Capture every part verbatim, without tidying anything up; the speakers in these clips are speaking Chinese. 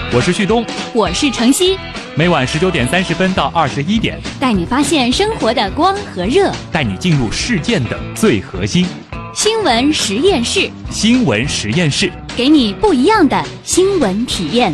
我是旭东， 我是程曦， 每晚十九点三十分到二十一点， 带你发现生活的光和热， 带你进入事件的最核心。 新闻实验室， 新闻实验室， 给你不一样的新闻体验。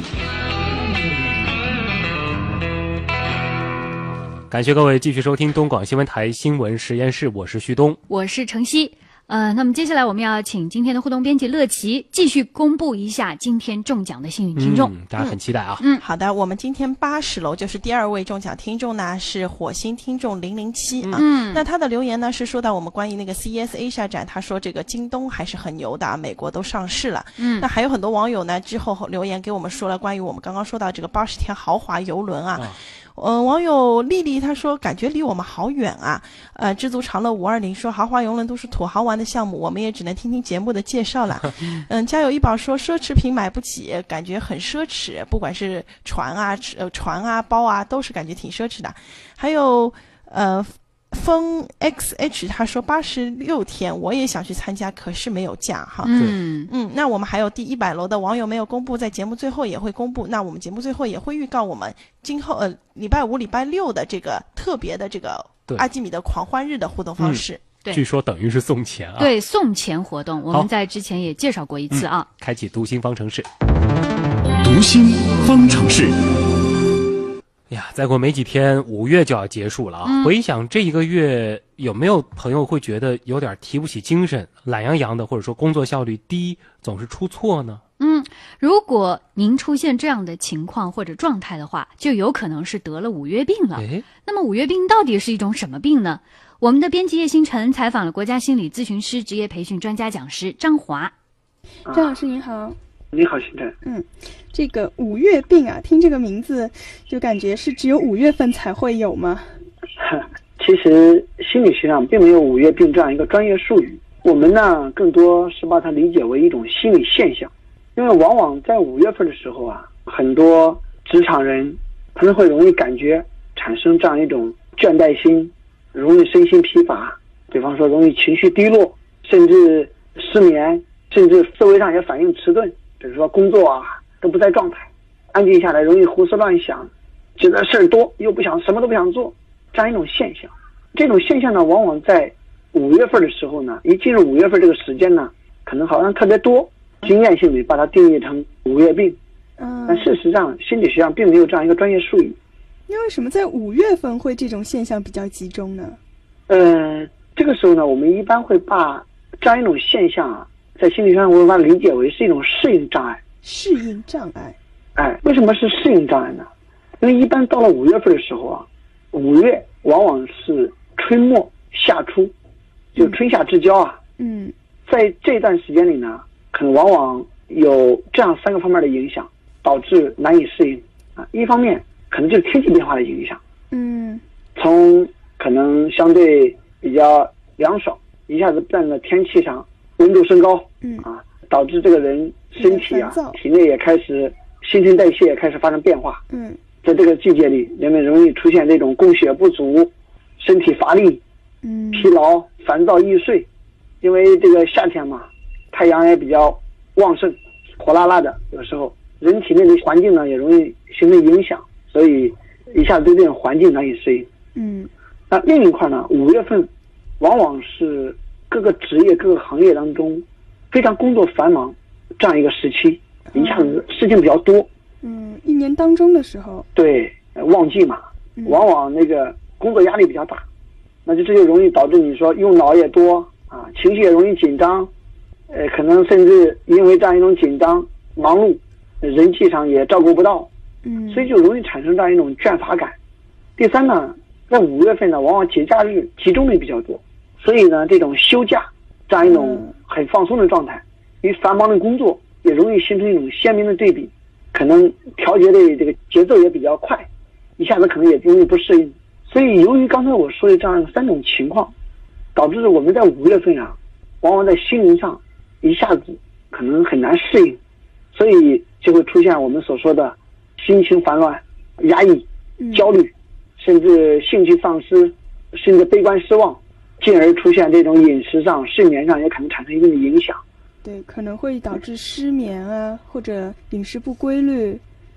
感谢各位继续收听东广新闻台新闻实验室，我是旭东， 我是程曦。呃，那么接下来我们要请今天的互动编辑乐琪继续公布一下今天中奖的幸运听众， 嗯、大家很期待啊。 嗯，好的，我们今天八十楼就是第二位中奖听众呢是火星听众零零七啊。嗯，那他的留言呢是说到我们关于那个 C E S Asia 展，他说这个京东还是很牛的啊，美国都上市了。嗯，那还有很多网友呢之后留言给我们说了关于我们刚刚说到这个八十天豪华游轮啊。啊呃，网友丽丽她说感觉离我们好远啊。呃，知足常乐五二零说豪华游轮都是土豪玩的项目，我们也只能听听节目的介绍了。嗯，家有一宝说奢侈品买不起，感觉很奢侈，不管是船啊、呃船啊、包啊，都是感觉挺奢侈的。还有呃。风 X H 他说八十六天我也想去参加，可是没有假哈。 嗯嗯，那我们还有第一百楼的网友没有公布，在节目最后也会公布。那我们节目最后也会预告我们今后呃礼拜五、礼拜六的这个特别的这个阿基米德狂欢日的互动方式。 嗯、 对， 据说等于是送钱啊。 对，送钱活动我们在之前也介绍过一次啊。 嗯、开启读心方程式。 读心方程式。 呀，再过没几天，五月就要结束了啊！嗯、回想这一个月，有没有朋友会觉得有点提不起精神、懒洋洋的，或者说工作效率低，总是出错呢？ 嗯，如果您出现这样的情况或者状态的话，就有可能是得了五月病了。那么五月病到底是一种什么病呢？我们的编辑叶星辰采访了国家心理咨询师职业培训专家讲师张华。 张老师您好。 你好，星辰。 嗯，这个五月病啊，听这个名字就感觉是只有五月份才会有吗？ 其实心理学上并没有五月病这样一个专业术语，我们呢更多是把它理解为一种心理现象。因为往往在五月份的时候啊，很多职场人他们会容易感觉产生这样一种倦怠心，容易身心疲乏，比方说容易情绪低落，甚至失眠，甚至思维上也反应迟钝。比如说工作啊都不在状态，安静下来容易胡思乱想，觉得事儿多又不想什么都不想做，这样一种现象。这种现象呢，往往在五月份的时候呢，一进入五月份这个时间呢，可能好像特别多，经验性的把它定义成五月病。嗯，但事实上心理学上并没有这样一个专业术语。 那为什么在五月份会这种现象比较集中呢？ 呃，这个时候呢，我们一般会把这样一种现象啊，在心理学上我们把它理解为是一种适应障碍。 适应障碍。 哎，为什么是适应障碍呢？因为一般到了五月份的时候啊，五月往往是春末夏初，就春夏之交啊。嗯，在这段时间里呢，可能往往有这样三个方面的影响，导致难以适应啊。一方面可能就是天气变化的影响。嗯，从可能相对比较凉爽，一下子变得天气上温度升高。嗯啊。导致这个人身体啊，体内也开始新陈代谢也开始发生变化。嗯，在这个季节里，人们容易出现这种供血不足、身体乏力、嗯、疲劳、烦躁、易睡。因为这个夏天嘛，太阳也比较旺盛，火辣辣的，有时候人体内的环境呢也容易形成影响，所以一下子对这种环境难以适应。嗯，那另一块呢，五月份往往是各个职业、各个行业当中非常工作繁忙这样一个时期，一下子事情比较多。 嗯，一年当中的时候。 对，旺季嘛，往往那个工作压力比较大，那就这就容易导致你说用脑也多啊，情绪也容易紧张，呃，可能甚至因为这样一种紧张、忙碌，人际上也照顾不到，嗯，所以就容易产生这样一种倦乏感。第三呢，在五月份呢，往往节假日集中的比较多，所以呢，这种休假这样一种很放松的状态，与繁忙的工作也容易形成一种鲜明的对比，可能调节的这个节奏也比较快，一下子可能也容易不适应。所以由于刚才我说的这样三种情况，导致我们在五月份啊，往往在心灵上一下子可能很难适应，所以就会出现我们所说的心情烦乱、压抑、焦虑，甚至兴趣丧失，甚至悲观失望，进而出现这种饮食上、睡眠上也可能产生一定的影响。 对，可能会导致失眠啊，或者饮食不规律，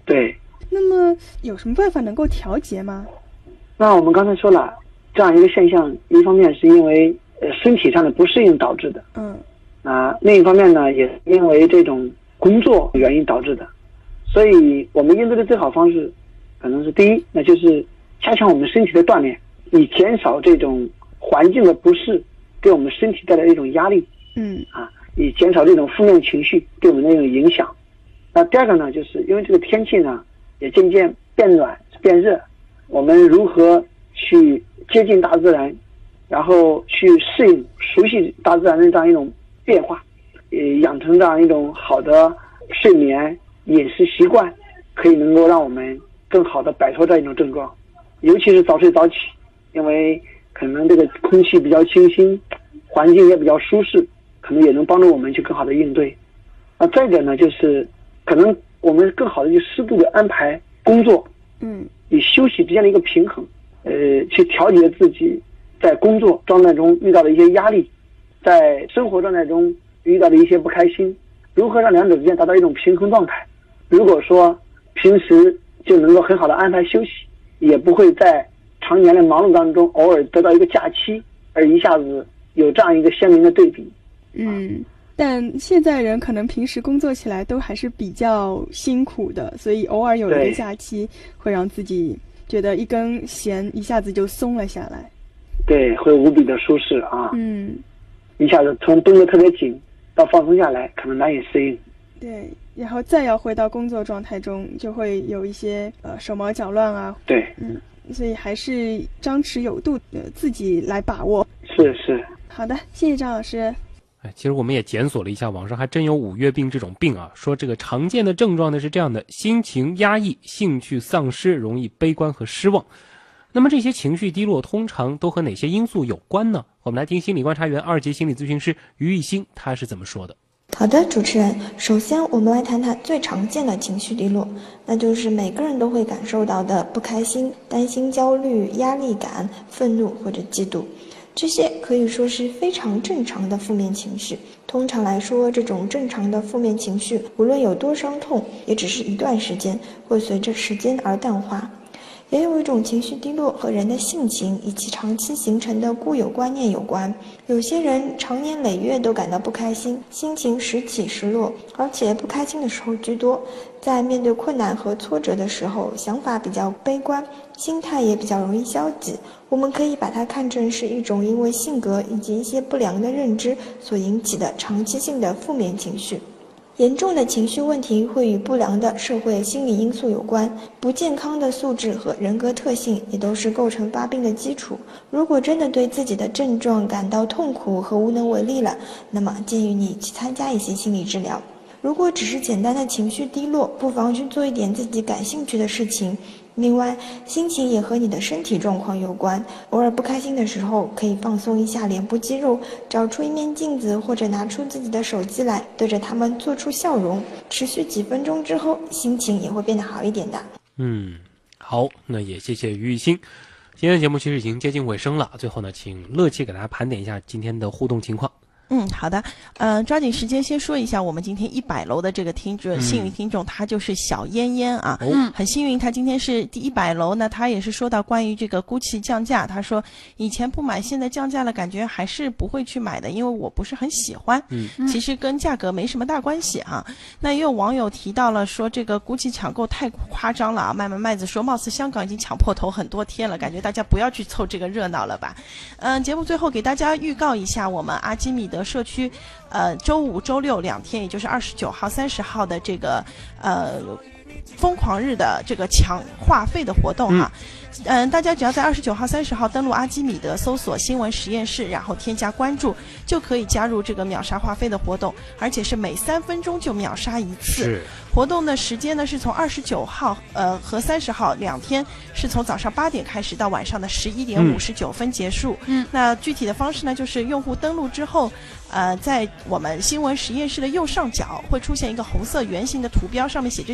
对。 那么有什么办法能够调节吗？ 那我们刚才说了，这样一个现象，一方面是因为呃身体上的不适应导致的， 嗯， 啊，另一方面呢，也是因为这种工作原因导致的。所以我们应对的最好方式，可能是第一，那就是加强我们身体的锻炼，以减少这种环境的不适给我们身体带来的一种压力， 嗯， 啊，以减少这种负面情绪对我们的一种影响。那第二个呢，就是因为这个天气呢也渐渐变暖变热，我们如何去接近大自然，然后去适应熟悉大自然的这样一种变化，呃，养成这样一种好的睡眠饮食习惯，可以能够让我们更好的摆脱这样一种症状。尤其是早睡早起，因为可能这个空气比较清新，环境也比较舒适，可能也能帮助我们去更好的应对。啊，再者呢，就是可能我们更好的去适度的安排工作， 嗯， 以休息之间的一个平衡，呃，去调节自己在工作状态中遇到的一些压力，在生活状态中遇到的一些不开心，如何让两者之间达到一种平衡状态。如果说平时就能够很好的安排休息，也不会在常年的忙碌当中偶尔得到一个假期，而一下子有这样一个鲜明的对比。 嗯，但现在人可能平时工作起来都还是比较辛苦的，所以偶尔有一个假期会让自己觉得一根弦一下子就松了下来。 对，会无比的舒适啊。 嗯， 一下子从绷得特别紧到放松下来，可能难以适应。 对，然后再要回到工作状态中，就会有一些呃手忙脚乱啊。 对， 嗯，所以还是张弛有度，呃，自己来把握。 是是。 好的，谢谢张老师。 哎，其实我们也检索了一下，网上还真有五月病这种病啊。说这个常见的症状呢是这样的：心情压抑、兴趣丧失、容易悲观和失望。那么这些情绪低落通常都和哪些因素有关呢？我们来听心理观察员、二级心理咨询师于艺兴他是怎么说的。 好的，主持人，首先我们来谈谈最常见的情绪低落，那就是每个人都会感受到的不开心、担心、焦虑、压力感、愤怒或者嫉妒。这些可以说是非常正常的负面情绪。通常来说，这种正常的负面情绪，无论有多伤痛，也只是一段时间，会随着时间而淡化。也有一种情绪低落和人的性情以及长期形成的固有观念有关。有些人长年累月都感到不开心，心情时起时落，而且不开心的时候居多。在面对困难和挫折的时候，想法比较悲观，心态也比较容易消极。我们可以把它看成是一种因为性格以及一些不良的认知所引起的长期性的负面情绪。严重的情绪问题会与不良的社会心理因素有关，不健康的素质和人格特性也都是构成发病的基础。如果真的对自己的症状感到痛苦和无能为力了，那么建议你去参加一些心理治疗。如果只是简单的情绪低落，不妨去做一点自己感兴趣的事情。另外，心情也和你的身体状况有关，偶尔不开心的时候，可以放松一下脸部肌肉，找出一面镜子或者拿出自己的手机来，对着它们做出笑容，持续几分钟之后，心情也会变得好一点的。 嗯，好，那也谢谢于艺兴。今天的节目其实已经接近尾声了，最后呢，请乐琪给大家盘点一下今天的互动情况。 嗯，好的，呃，抓紧时间先说一下，我们今天一百楼的这个听众、嗯、幸运听众，他就是小嫣嫣啊，嗯，很幸运，他今天是第一百楼呢。他也是说到关于这个 GUCCI 降价，他说以前不买，现在降价了，感觉还是不会去买的，因为我不是很喜欢。嗯，其实跟价格没什么大关系啊。那也有网友提到了说，这个 GUCCI 抢购太夸张了啊。麦麦麦子说，貌似香港已经抢破头很多天了，感觉大家不要去凑这个热闹了吧。嗯、呃，节目最后给大家预告一下，我们阿基米德社区，呃，周五、周六两天，也就是二十九号、三十号的这个呃疯狂日的这个抢话费的活动哈。嗯、呃，大家只要在二十九号、三十号登录阿基米德，搜索新闻实验室，然后添加关注，就可以加入这个秒杀话费的活动，而且是每三分钟就秒杀一次。活动的时间呢是从二十九号呃和三十号两天，是从早上八点开始到晚上的十一点五十九分结束。嗯，那具体的方式呢，就是用户登录之后，呃，在我们新闻实验室的右上角会出现一个红色圆形的图标，上面写着抢，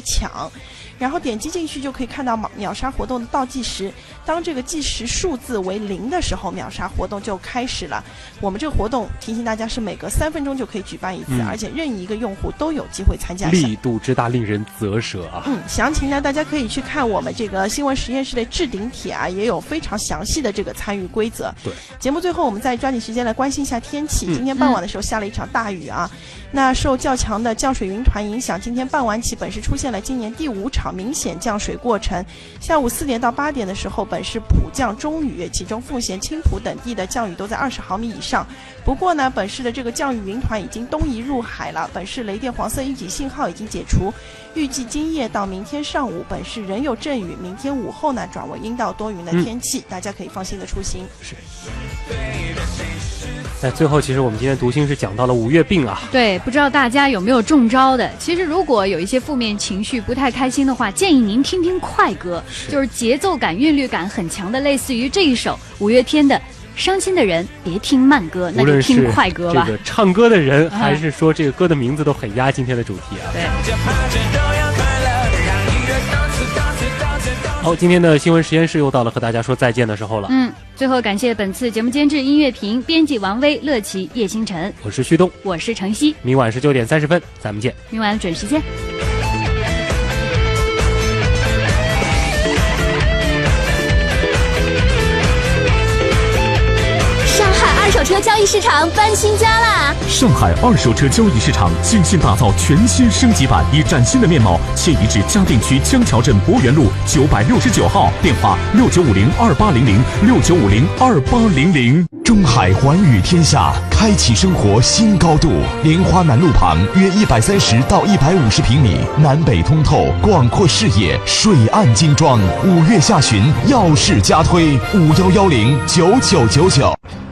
场。然后点击进去就可以看到秒杀活动的倒计时，当这个计时数字为零的时候，秒杀活动就开始了。我们这个活动提醒大家是每隔三分钟就可以举办一次，嗯、而且任意一个用户都有机会参加。 力度之大，令人啧舌啊！ 嗯，详情呢，大家可以去看我们这个新闻实验室的置顶帖啊，也有非常详细的这个参与规则。 对， 节目最后我们再抓紧时间来关心一下天气。嗯、今天傍晚的时候下了一场大雨啊。嗯那受较强的降水云团影响，今天傍晚起本市出现了今年第五场明显降水过程。下午四点到八点的时候，本市普降中雨，其中富咸、青浦等地的降雨都在二十毫米以上。不过呢，本市的这个降雨云团已经东移入海了，本市雷电黄色预警信号已经解除。预计今夜到明天上午，本市仍有阵雨，明天午后呢转为阴到多云的天气，嗯、大家可以放心的出行。 是。在最后，其实我们今天读心是讲到了五月病啊。 对，不知道大家有没有中招的？其实如果有一些负面情绪、不太开心的话，建议您听听快歌，是就是节奏感、韵律感很强的，类似于这一首五月天的《伤心的人别听慢歌》，那就听快歌吧。 这个唱歌的人，还是说这个歌的名字都很压今天的主题啊。 对。 好，今天的新闻实验室又到了和大家说再见的时候了。 嗯，最后感谢本次节目监制音乐评、编辑王威、乐琪、叶星辰。 我是旭东， 我是程曦。 明晚十九点三十分，咱们见。 明晚准时见。 二手车交易市场搬新家啦！ 上海二手车交易市场精心打造全新升级版，以崭新的面貌迁移至嘉定区江桥镇博源路九百六十九号，电话六九五零二八零零六九五零二八零零。中海寰宇天下，开启生活新高度。莲花南路旁约一百三十到一百五十平米，南北通透，广阔视野，水岸精装。五月下旬，耀世加推五幺幺零九九九九。